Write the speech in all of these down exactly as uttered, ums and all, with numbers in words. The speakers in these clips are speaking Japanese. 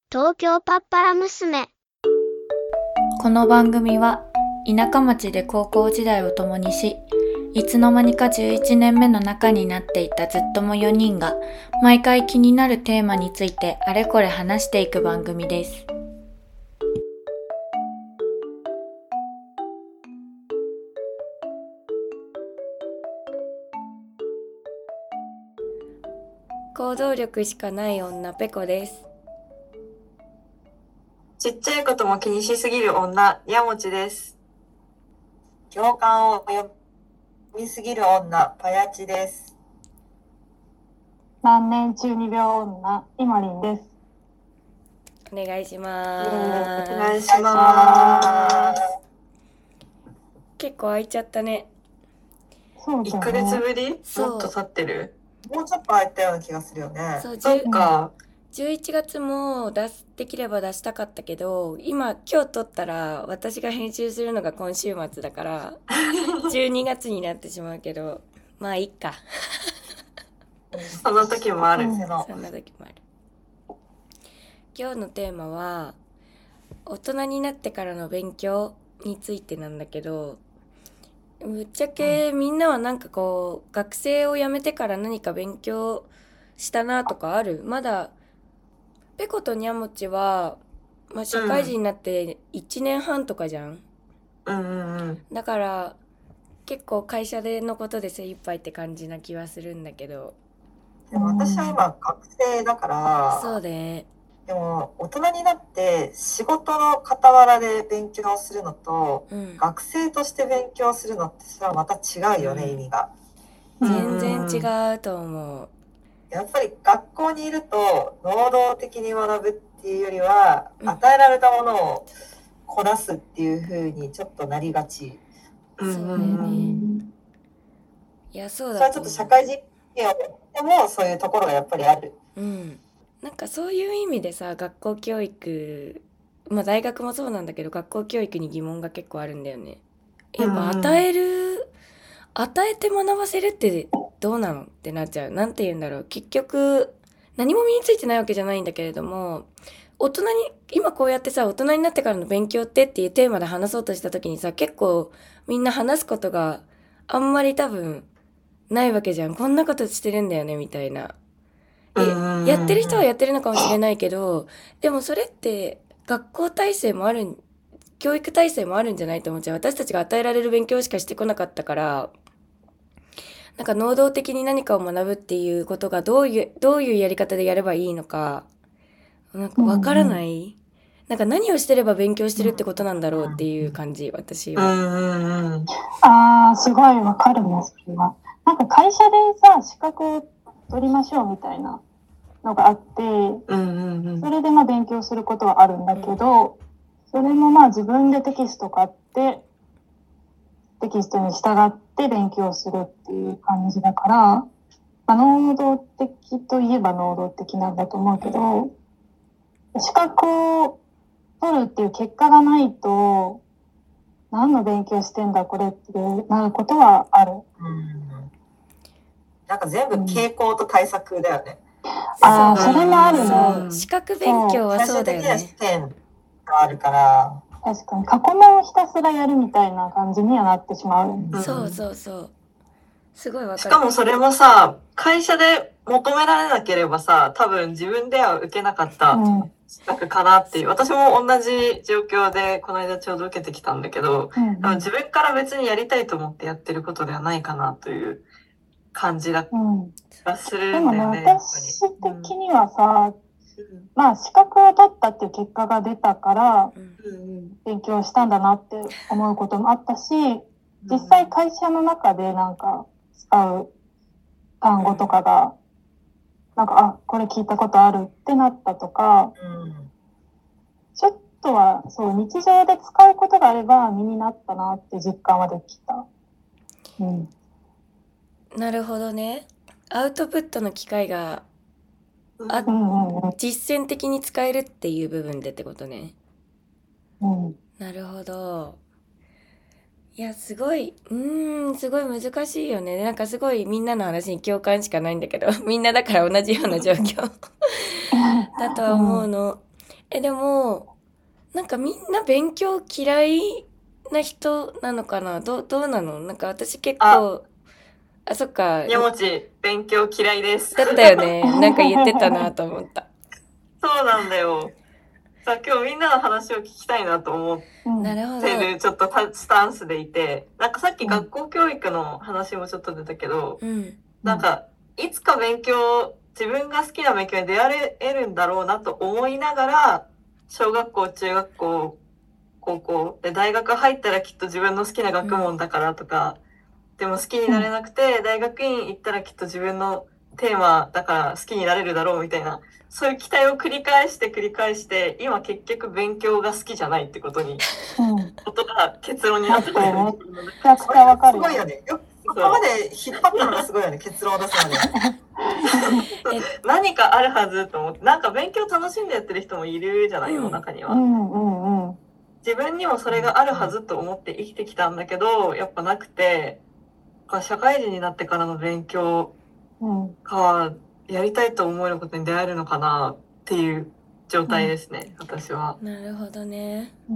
東京パッパラ娘。 この番組は田舎町で高校時代を共にし、いつの間にかじゅういちねんめの中になっていたずっともよにんが毎回気になるテーマについてあれこれ話していく番組です。行動力しかない女ペコです。 ちっちゃいことも気にしすぎる女、やもちです。共感を読みすぎる女、パヤチです。 万年中二病女、いもりんです。 お願いします。 お願いします。 結構空いちゃったね。 そうだね。 いっかげつぶり？ そうもっと経ってる？もうちょっと空いたような気がするよね。 そう、 そっか。 じゅういちがつも出すできれば出したかったけど、今今日撮ったら私が編集するのが今週末だからじゅうにがつになってしまうけど、まあいいか。 その時もあるけど。 そんな時もある。今日のテーマは大人になってからの勉強についてなんだけど、ぶっちゃけみんなはなんかこう学生を辞めてから何か勉強したなとかある？まだペコとニャモチは、まあ、社会人になっていちねんはんとかじゃん、 うんうんうん、 だから結構会社でのことで精一杯って感じな気はするんだけど。 でも私は今学生だから。 そうね。 でも大人になって仕事の傍らで勉強するのと、うん、学生として勉強するのってそれはまた違うよね、うん、意味が全然違うと思う。 やっぱり学校にいると能動的に学ぶっていうよりは、うん、与えられたものをこなすっていう風にちょっとなりがち。 そうだよね。いや、そうだ。 それはちょっと社会人経験をでもそういうところがやっぱりある。 うん。なんかそういう意味でさ、学校教育、まあ大学もそうなんだけど、学校教育に疑問が結構あるんだよね。やっぱ与える、うん、与えて学ばせるってどうなのってなっちゃう。なんて言うんだろう。結局、何も身についてないわけじゃないんだけれども、大人に、今こうやってさ、大人になってからの勉強ってっていうテーマで話そうとした時にさ、結構みんな話すことがあんまり多分ないわけじゃん。こんなことしてるんだよね、みたいな。え、やってる人はやってるのかもしれないけど、でもそれって学校体制もある、教育体制もあるんじゃないと思っちゃう。私たちが与えられる勉強しかしてこなかったから、なんか能動的に何かを学ぶっていうことがどういう、どういうやり方でやればいいのか、なんかわからない、うんうん、なんか何をしてれば勉強してるってことなんだろうっていう感じ、私は。 うんうんうん、 ああ、すごいわかるね、それは。なんか会社でさ、資格取りましょうみたいなのがあって、うんうんうん、それでまあ勉強することはあるんだけど、それもまあ自分でテキスト買って、テキストに従って勉強するっていう感じだから、まあ、能動的といえば能動的なんだと思うけど、資格を取るっていう結果がないと、何の勉強してんだこれってなることはある。うん、 なんか全部傾向と対策だよね。 うん、ああ、それもあるね。 資格勉強はそうだよね。 最終的には試験があるから。 確かに過去問をひたすらやるみたいな感じにはなってしまう、 うん、そうそうそう、すごいわかる。 しかもそれもさ、会社で求められなければさ、多分自分では受けなかった資格かなっていう、うん、私も同じ状況でこの間ちょうど受けてきたんだけど、うんうん、多分自分から別にやりたいと思ってやってることではないかなという感じがするんだよね。 うん、でもね、私的にはさ、うんまあ資格を取ったっていう結果が出たから勉強したんだなって思うこともあったし、実際会社の中でなんか使う単語とかがなんかあこれ聞いたことあるってなったとか、ちょっとはそう日常で使うことがあれば身になったなって実感はできた。うん、 なるほどね。アウトプットの機会があ、実践的に使えるっていう部分でってことね。うん、なるほど。いやすごいうーんすごい難しいよね。なんかすごいみんなの話に共感しかないんだけどみんなだから同じような状況だとは思うの。 え、でも、なんかみんな勉強嫌いな人なのかな？どう、どうなの？なんか私結構、あ、そっか。 にゃもち、勉強嫌いです。 だったよね。なんか言ってたなと思った。 そうなんだよ。さあ、今日みんなの話を聞きたいなと思ってる、ちょっとスタンスでいて、なんかさっき学校教育の話もちょっと出たけど、うん、なんか、いつか勉強、自分が好きな勉強に出会えるんだろうなと思いながら、小学校、中学校、高校で大学入ったらきっと自分の好きな学問だからとか、うん、でも好きになれなくて、大学院行ったらきっと自分のテーマだから好きになれるだろうみたいな、そういう期待を繰り返して繰り返して、今結局勉強が好きじゃないってことに、うん、ことが結論になったのよね。めちゃくちゃわかるよ。すごいよね。よここまで引っ張ったのがすごいよね、結論を出すまで。何かあるはずと思って、なんか勉強楽しんでやってる人もいるじゃないの、中には。うんうんうん、自分にもそれがあるはずと思って生きてきたんだけど、やっぱなくて、社会人になってからの勉強がやりたいと思えることに出会えるのかなっていう状態ですね、うん、私は。 なるほどね。 うん。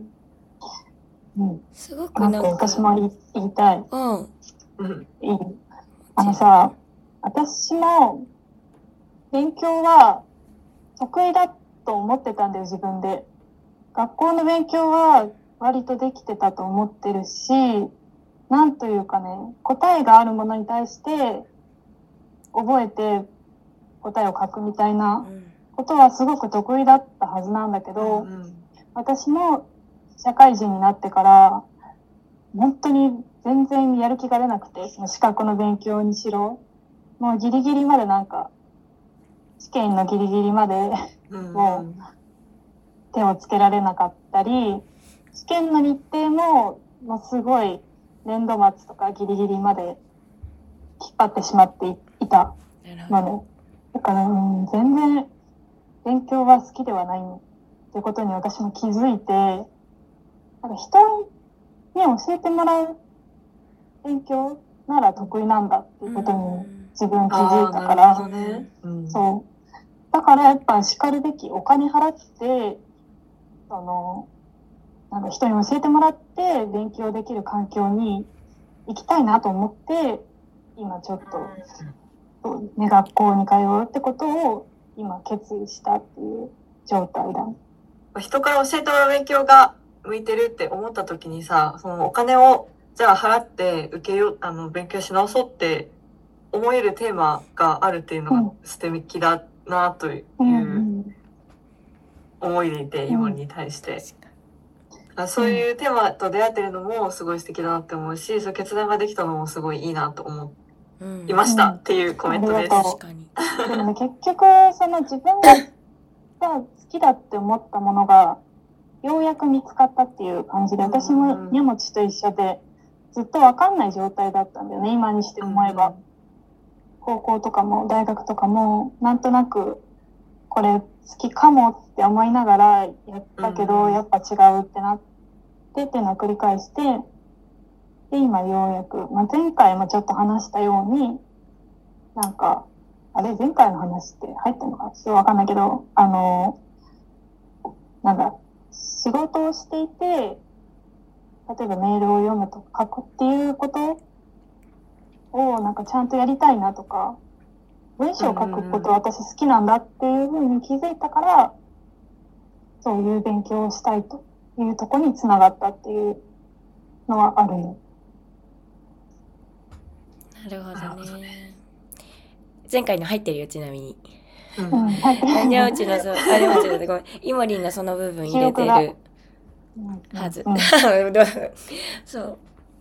うん、すごくなんか私も言いたい。 うん。 いい。あのさ、私も勉強は得意だと思ってたんだよ、自分で。学校の勉強は割とできてたと思ってるし、なんというかね、答えがあるものに対して覚えて答えを書くみたいなことはすごく得意だったはずなんだけど、うんうん、私も社会人になってから本当に全然やる気が出なくて、その資格の勉強にしろ、もうギリギリまでなんか試験のギリギリまでもう手をつけられなかったり、試験の日程ももうすごい年度末とかギリギリまで引っ張ってしまっていたので、だから、うん、全然勉強は好きではないってことに私も気づいて、なんか人に教えてもらう勉強なら得意なんだっていうことに自分気づいたから、ねうん、そうだからやっぱしかるべきお金払ってそのなんか人に教えてもらって勉強できる環境に行きたいなと思って今ちょっと、ね、学校に通うってことを今決意したっていう状態だ。 人から教えてもらう勉強が向いてるって思った時にさ、そのお金をじゃあ払って受けよう、あの勉強し直そうって思えるテーマがあるっていうのが素敵だなという思いでいて、今に対して。そういうテーマと出会ってるのもすごい素敵だなって思うし、そういう決断ができたのもすごいいいなと思いましたっていうコメントです。 確かに。でもね、結局その自分が好きだって思ったものがようやく見つかったっていう感じで、私もにゃもちと一緒でずっと分かんない状態だったんだよね、今にして思えば。高校とかも大学とかもなんとなくこれ好きかもって思いながらやったけど、やっぱ違うってなってっていうのを繰り返して、で今ようやく、まあ、前回もちょっと話したように、なんかあれ前回の話って入ってるのかちょっと分かんないけど、あのなんだ仕事をしていて、例えばメールを読むとか書くっていうことをなんかちゃんとやりたいなとか、文章を書くこと私好きなんだっていうふうに気づいたから、そういう勉強をしたいというところにつながったっていうのはあるね。 なるほどね。前回の入ってるよ、ちなみに。 うん、 にゃおちのそ、あれもちだってごめん。イモリンがその部分入れてるはず。うんうん、そう。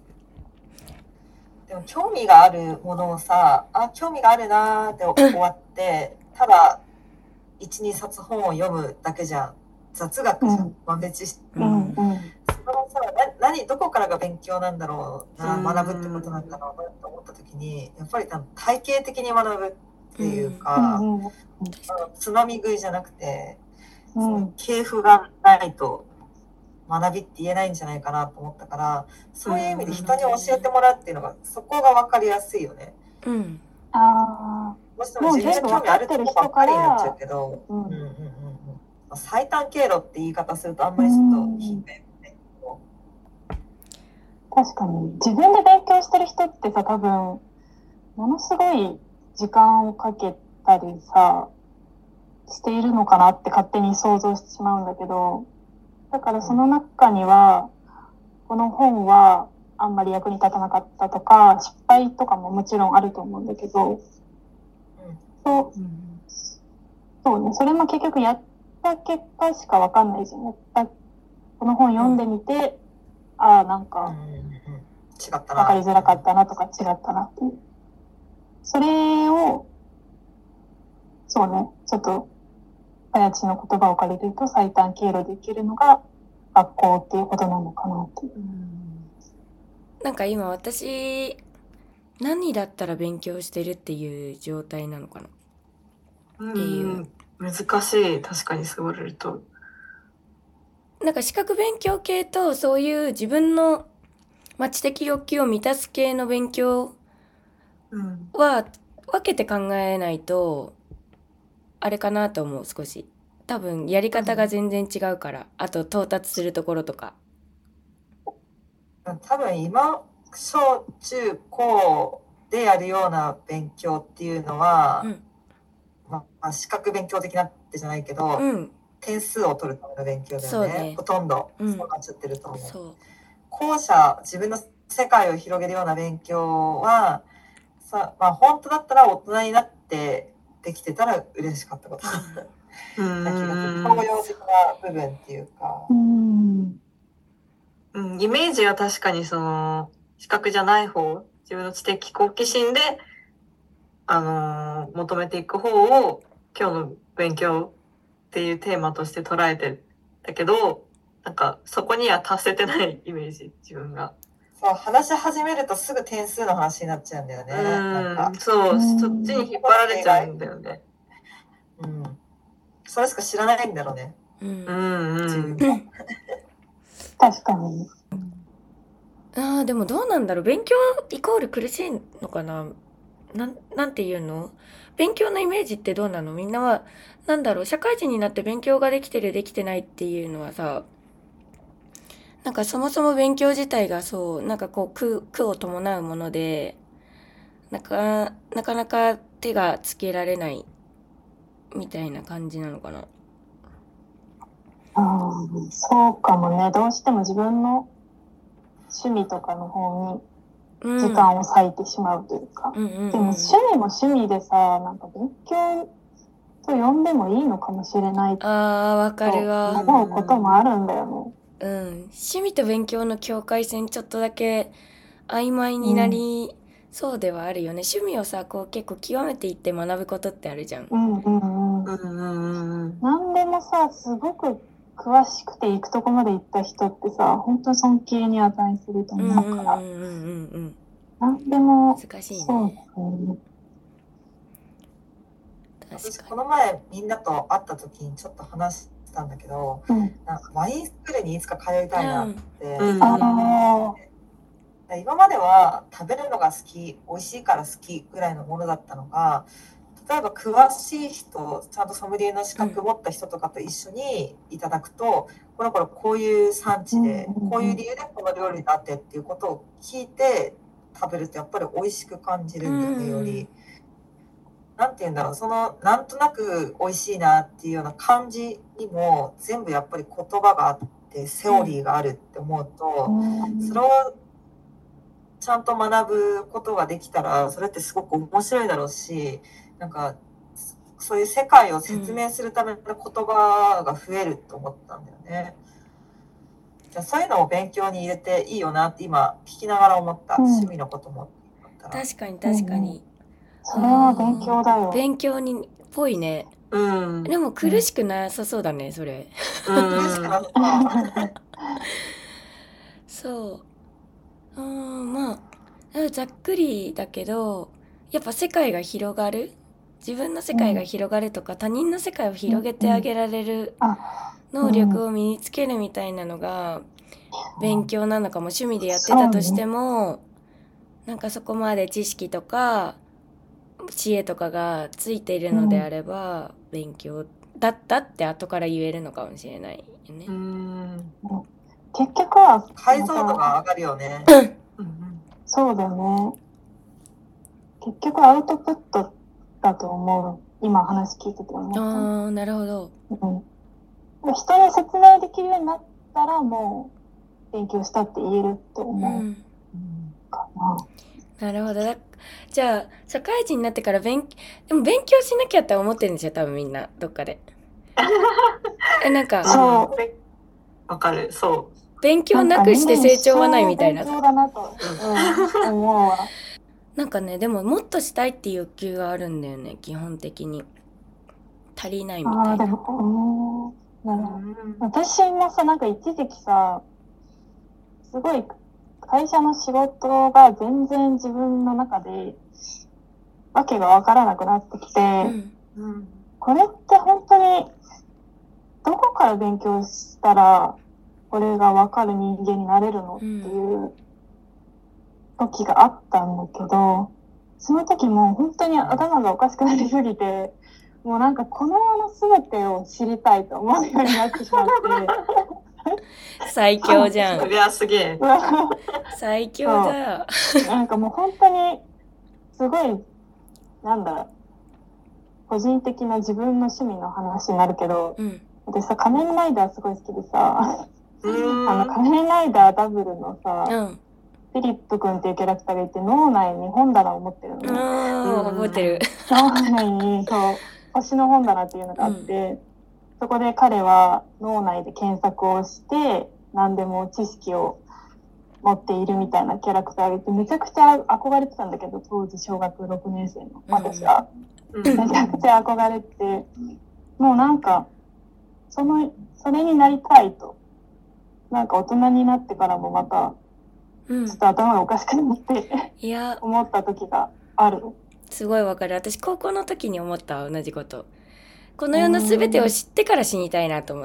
でも興味があるものをさ、あ、興味があるなーって終わって、ただいち、にさつ本を読むだけじゃ雑学じゃん。まあ別に、うんうん、そのさ、な、何、どこからが勉強なんだろうな、学ぶってことなんだろうなと思った時に、やっぱり体系的に学ぶっていうか、うんうんうん、つまみ食いじゃなくて、うん、系譜がないと学びって言えないんじゃないかなと思ったから、そういう意味で人に教えてもらうっていうのが、そこが分かりやすいよね。 うん。 ああ。 もしも自分が興味あるとこばっかりになっちゃうけど。うんうんうんうん。 最短経路って言い方するとあんまりちょっと品がよくないけど。 確かに自分で勉強してる人ってさ、多分ものすごい時間をかけたりさしているのかなって勝手に想像してしまうんだけど、だからその中にはこの本はあんまり役に立たなかったとか失敗とかももちろんあると思うんだけど、うん、そう、うん、そうね、それも結局やった結果しかわかんないじゃん。やったこの本読んでみて、うん、ああなんか、うん、 違ったな、 わかりづらかったなとか違ったなっていう、それをそうね、ちょっとあやちの言葉を借りると最短経路できるのが学校っていうことなのかなっていう。うん、 なんか今私何だったら勉強してるっていう状態なのかなっていう。 難しい。確かにそう言われると。 なんか資格勉強系とそういう自分の、まあ、知的欲求を満たす系の勉強は分けて考えないとあれかなと思う。少し多分やり方が全然違うから、うん、あと到達するところとか。 多分今小中高でやるような勉強っていうのは、うんまあ、資格勉強的なってじゃないけど、うん、点数を取るための勉強だよ ね, ねほとんどそうなっちゃってると思う、うん、そう後者自分の世界を広げるような勉強はさ、まあ、本当だったら大人になってできてたら嬉しかったことな気がする。教養的な部分っていうか、うんうん、イメージは確かにその資格じゃない方、自分の知的好奇心で、あのー、求めていく方を今日の勉強っていうテーマとして捉えてたけど、なんかそこには達せてないイメージ、自分が。そう、話し始めるとすぐ点数の話になっちゃうんだよね。うんなんかそう、そっちに引っ張られちゃうんだよね。うん。それしか知らないんだろうね。うん、うんうん、 確かに。 ああ、でもどうなんだろう。勉強イコール苦しいのかな。なん、なんていうの？勉強のイメージってどうなの？みんなは、なんだろう、社会人になって勉強ができてる、できてないっていうのはさ、なんかそもそも勉強自体がそう、なんかこう苦、苦を伴うもので、なか、なかなか手がつけられないみたいな感じなのかな。 ああ、そうかもね。どうしても自分の趣味とかの方に時間を割いてしまうというか、うんうんうんうん、でも趣味も趣味でさ、なんか勉強と呼んでもいいのかもしれないと思うこともあるんだよね。 うん、趣味と勉強の境界線ちょっとだけ曖昧になりそうではあるよね、うん、趣味をさこう結構極めていって学ぶことってあるじゃん。うんうんうん。何でもさすごく詳しくて行くとこまで行った人ってさ本当尊敬に値すると思うから、うんうんうんうん、何でも難しいね。 そうですね。 私この前みんなと会った時にちょっと話したんだけど、うん、なんかワインスクールにいつか通いたいなって、うんうん、今までは食べるのが好き、美味しいから好きぐらいのものだったのが、例えば詳しい人、ちゃんとソムリエの資格持った人とかと一緒にいただくと、この頃こういう産地で、こういう理由でこの料理だってっていうことを聞いて食べるとやっぱり美味しく感じるんだよね、より。なんて言うんだろう、そのなんとなく美味しいなっていうような感じにも全部やっぱり言葉があってセオリーがあるって思うと、それをちゃんと学ぶことができたらそれってすごく面白いだろうし、なんかそういう世界を説明するための言葉が増えると思ったんだよね。じゃあそういうのを勉強に入れていいよなって今聞きながら思った、うん、趣味のことも確かに確かに、うんそれは勉強だよ。 勉強にっぽいね。うん。でも苦しくなさそうだね、それ。うん。そう。うん、まあ、ざっくりだけど、やっぱ世界が広がる。自分の世界が広がるとか、うん、他人の世界を広げてあげられる能力を身につけるみたいなのが勉強なのかも。趣味でやってたとしても、なんかそこまで知識とか、知恵とかがついているのであれば、うん、勉強だったって後から言えるのかもしれないよね。 うん。 結局は解像度が上がるよね。 うん、そうだね。結局アウトプットだと思う。今話聞いてて思った。 ああ、なるほど。 うん。人に説明できるようになったらもう勉強したって言えると思う、うん、かな。なるほど。だじゃあ社会人になってから勉でも勉強しなきゃって思ってるんですよ、多分みんなどっかで。えなんかそうわかる。そう。 勉強なくして成長はないみたいな。 勉強だなと、うん、思うわ。 なんかね、でももっとしたいっていう欲求があるんだよね、基本的に。足りないみたいな。あでも、 うん、なるほど。私もさ、なんか一時期さ、すごい会社の仕事が全然自分の中でわけがわからなくなってきて、うんうん、これって本当にどこから勉強したらこれがわかる人間になれるのっていう時があったんだけど、その時も本当に頭がおかしくなりすぎて、もうなんかこの世の全てを知りたいと思うようになってしまって。 最強じゃん。 そりゃすげえ。 最強だ。 なんかもう本当にすごい、なんだろう、個人的な自分の趣味の話になるけど、うん、私さ、仮面ライダーすごい好きでさ、あの仮面ライダーダブルのさ、うん、フィリップ君っていうキャラクターがいて、脳内に本棚を持ってるの。 ああ、覚えてる。 脳内に、そう、星の本棚っていうのがあって、うん、そこで彼は脳内で検索をして、何でも知識を持っているみたいなキャラクターがいて、めちゃくちゃ憧れてたんだけど、当時小学ろくねん生の私は。うん、めちゃくちゃ憧れて、もうなんか、その、それになりたいと。なんか大人になってからもまた、ちょっと頭がおかしくなって、うん、いや思った時がある。 すごいわかる。私高校の時に思った同じこと。この世のすべてを知ってから死にたいなと思った。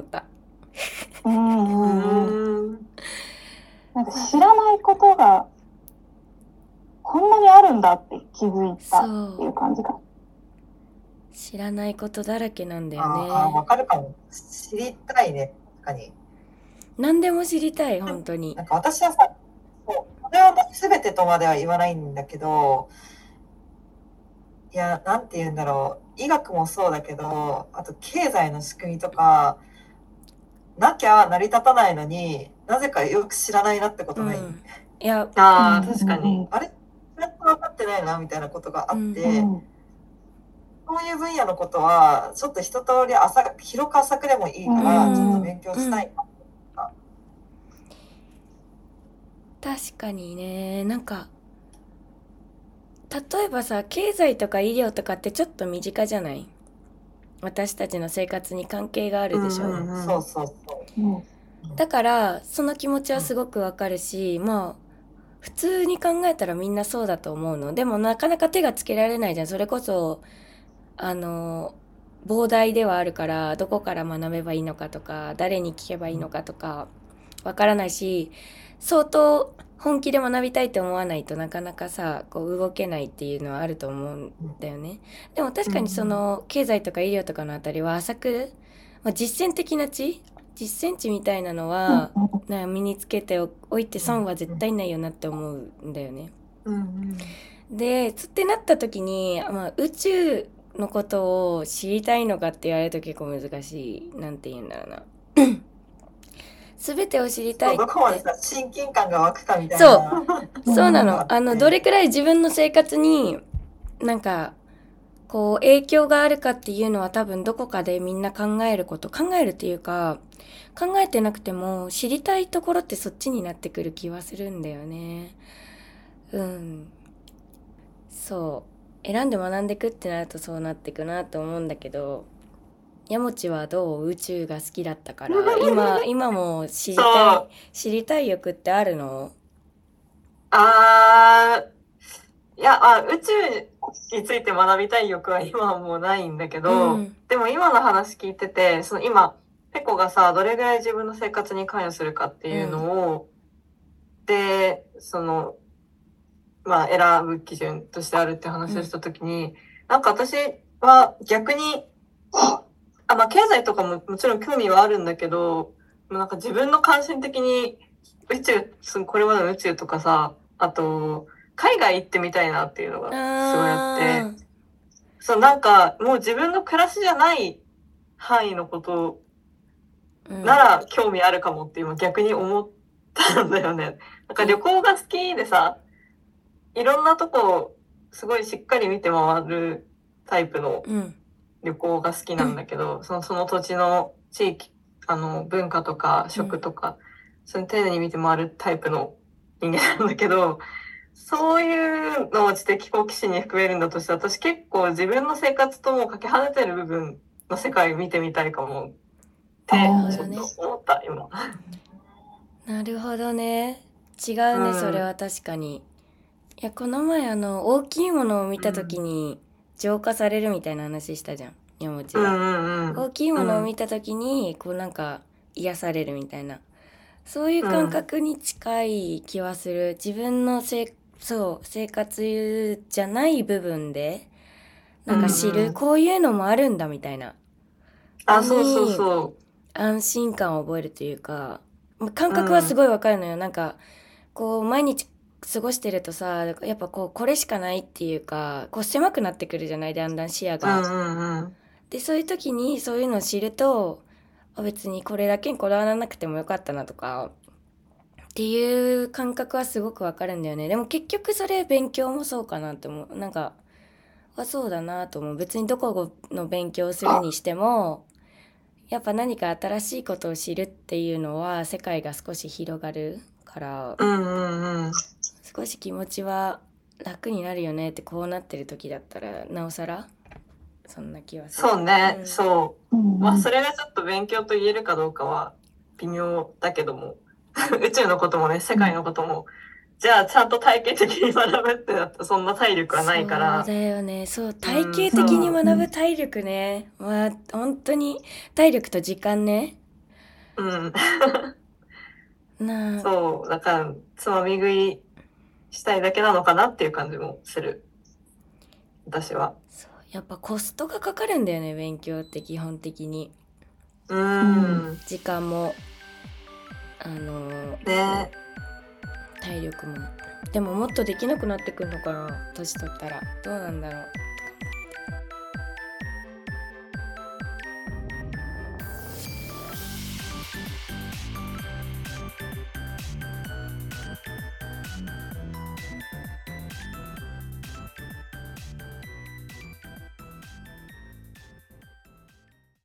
うんうんなんか知らないことがこんなにあるんだって気づいたっていう感じか。 知らないことだらけなんだよね。 ああ、わかるかも。知りたいね。確かに。 何でも知りたい、本当に。 なんか私はさ、これは全てとまでは言わないんだけど、いや、なんて言うんだろう。医学もそうだけど、あと経済の仕組みとか、なきゃ成り立たないのになぜかよく知らないなってことない、うん、いやあー確かに、あれちゃんと分かってないなみたいなことがあって、うん、そういう分野のことはちょっと一通り浅広く浅くでもいいから、うん、ちょっと勉強したいなとか、 うん、確かにね。なんか例えばさ、経済とか医療とかってちょっと身近じゃない？私たちの生活に関係があるでしょ。 うんうん、そうそうそう、うん、 だからその気持ちはすごくわかるし、まあ普通に考えたらみんなそうだと思うの。でもなかなか手がつけられないじゃん。それこそあの膨大ではあるから、どこから学べばいいのかとか、誰に聞けばいいのかとかわからないし、相当本気で学びたいって思わないとなかなかさ、こう動けないっていうのはあると思うんだよね。でも確かにその経済とか医療とかのあたりは浅く、まあ、実践的な知実践値みたいなのはな身につけておいて損は絶対ないよなって思うんだよね。でつってなった時に、まあ、宇宙のことを知りたいのかって言われると結構難しい。なんて言うんだろうな。全てを知りたいって。 どこまでさ親近感が湧くかみたいな。 そうそうなの。あのどれくらい自分の生活になんかこう影響があるかっていうのは多分どこかでみんな考えること考えるっていうか考えてなくても知りたいところってそっちになってくる気はするんだよね。うん。そう選んで学んでくってなるとそうなってくなと思うんだけど。やもちはどう宇宙が好きだったから今今も知りたい知りたい欲ってあるの？ あーいやあ宇宙について学びたい欲は今はもうないんだけど、うん、でも今の話聞いててその今ペコがさどれぐらい自分の生活に関与するかっていうのを、うん、でそのまあ選ぶ基準としてあるって話をした時に、うん、なんか私は逆にあ、まあ経済とかももちろん興味はあるんだけど、なんか自分の関心的に宇宙、これまでの宇宙とかさ、あと、海外行ってみたいなっていうのがすごいあって、そう、なんかもう自分の暮らしじゃない範囲のことなら興味あるかもって今逆に思ったんだよね。なんか旅行が好きでさ、いろんなとこすごいしっかり見て回るタイプの旅行が好きなんだけど、うん、そのその土地の地域、あの文化とか食とか、うん、その丁寧に見て回るタイプの人間なんだけど、そういうのを知的好奇心に含めるんだとして、私結構自分の生活ともかけ離れてる部分の世界を見てみたいかもってちょっと思った今。 なるほどね。違うね、うん、それは確かに。いや、この前あの大きいものを見た時に浄化されるみたいな話したじゃん、山内が、うんうんうん、大きいものを見た時にこうなんか癒されるみたいな、そういう感覚に近い気はする。自分のせそう生活じゃない部分でなんか知る、うんうん、こういうのもあるんだみたいな、 あ、そうそうそう、 安心感を覚えるというか、感覚はすごいわかるのよ、うん、なんかこう毎日過ごしてるとさ、やっぱこうこれしかないっていうか、こう狭くなってくるじゃない、だんだん視野が、うんうんうん、でそういう時にそういうのを知ると、別にこれだけにこだわらなくてもよかったなとかっていう感覚はすごくわかるんだよね。でも結局それ勉強もそうかなって思う。なんかあ、そうだなと思う。別にどこの勉強をするにしてもやっぱ何か新しいことを知るっていうのは世界が少し広がるから、 うんうんうん、 少し気持ちは楽になるよねって、こうなってる時だったらなおさらそんな気はする。 そうね、うん、そう、まあそれがちょっと勉強と言えるかどうかは微妙だけども宇宙のこともね、世界のことも、うん、じゃあちゃんと体系的に学ぶってなったらそんな体力はないから。 そうだよね、そう、体系的に学ぶ体力ね、うん、まあ本当に体力と時間ね、 うんなあ、 そうだからつまみ食いしたいだけなのかなっていう感じもする、私は。 そう、やっぱコストがかかるんだよね、勉強って基本的に。 うーん、 時間もあのね、 体力も。でももっとできなくなってくるのかな、年取ったら。どうなんだろう。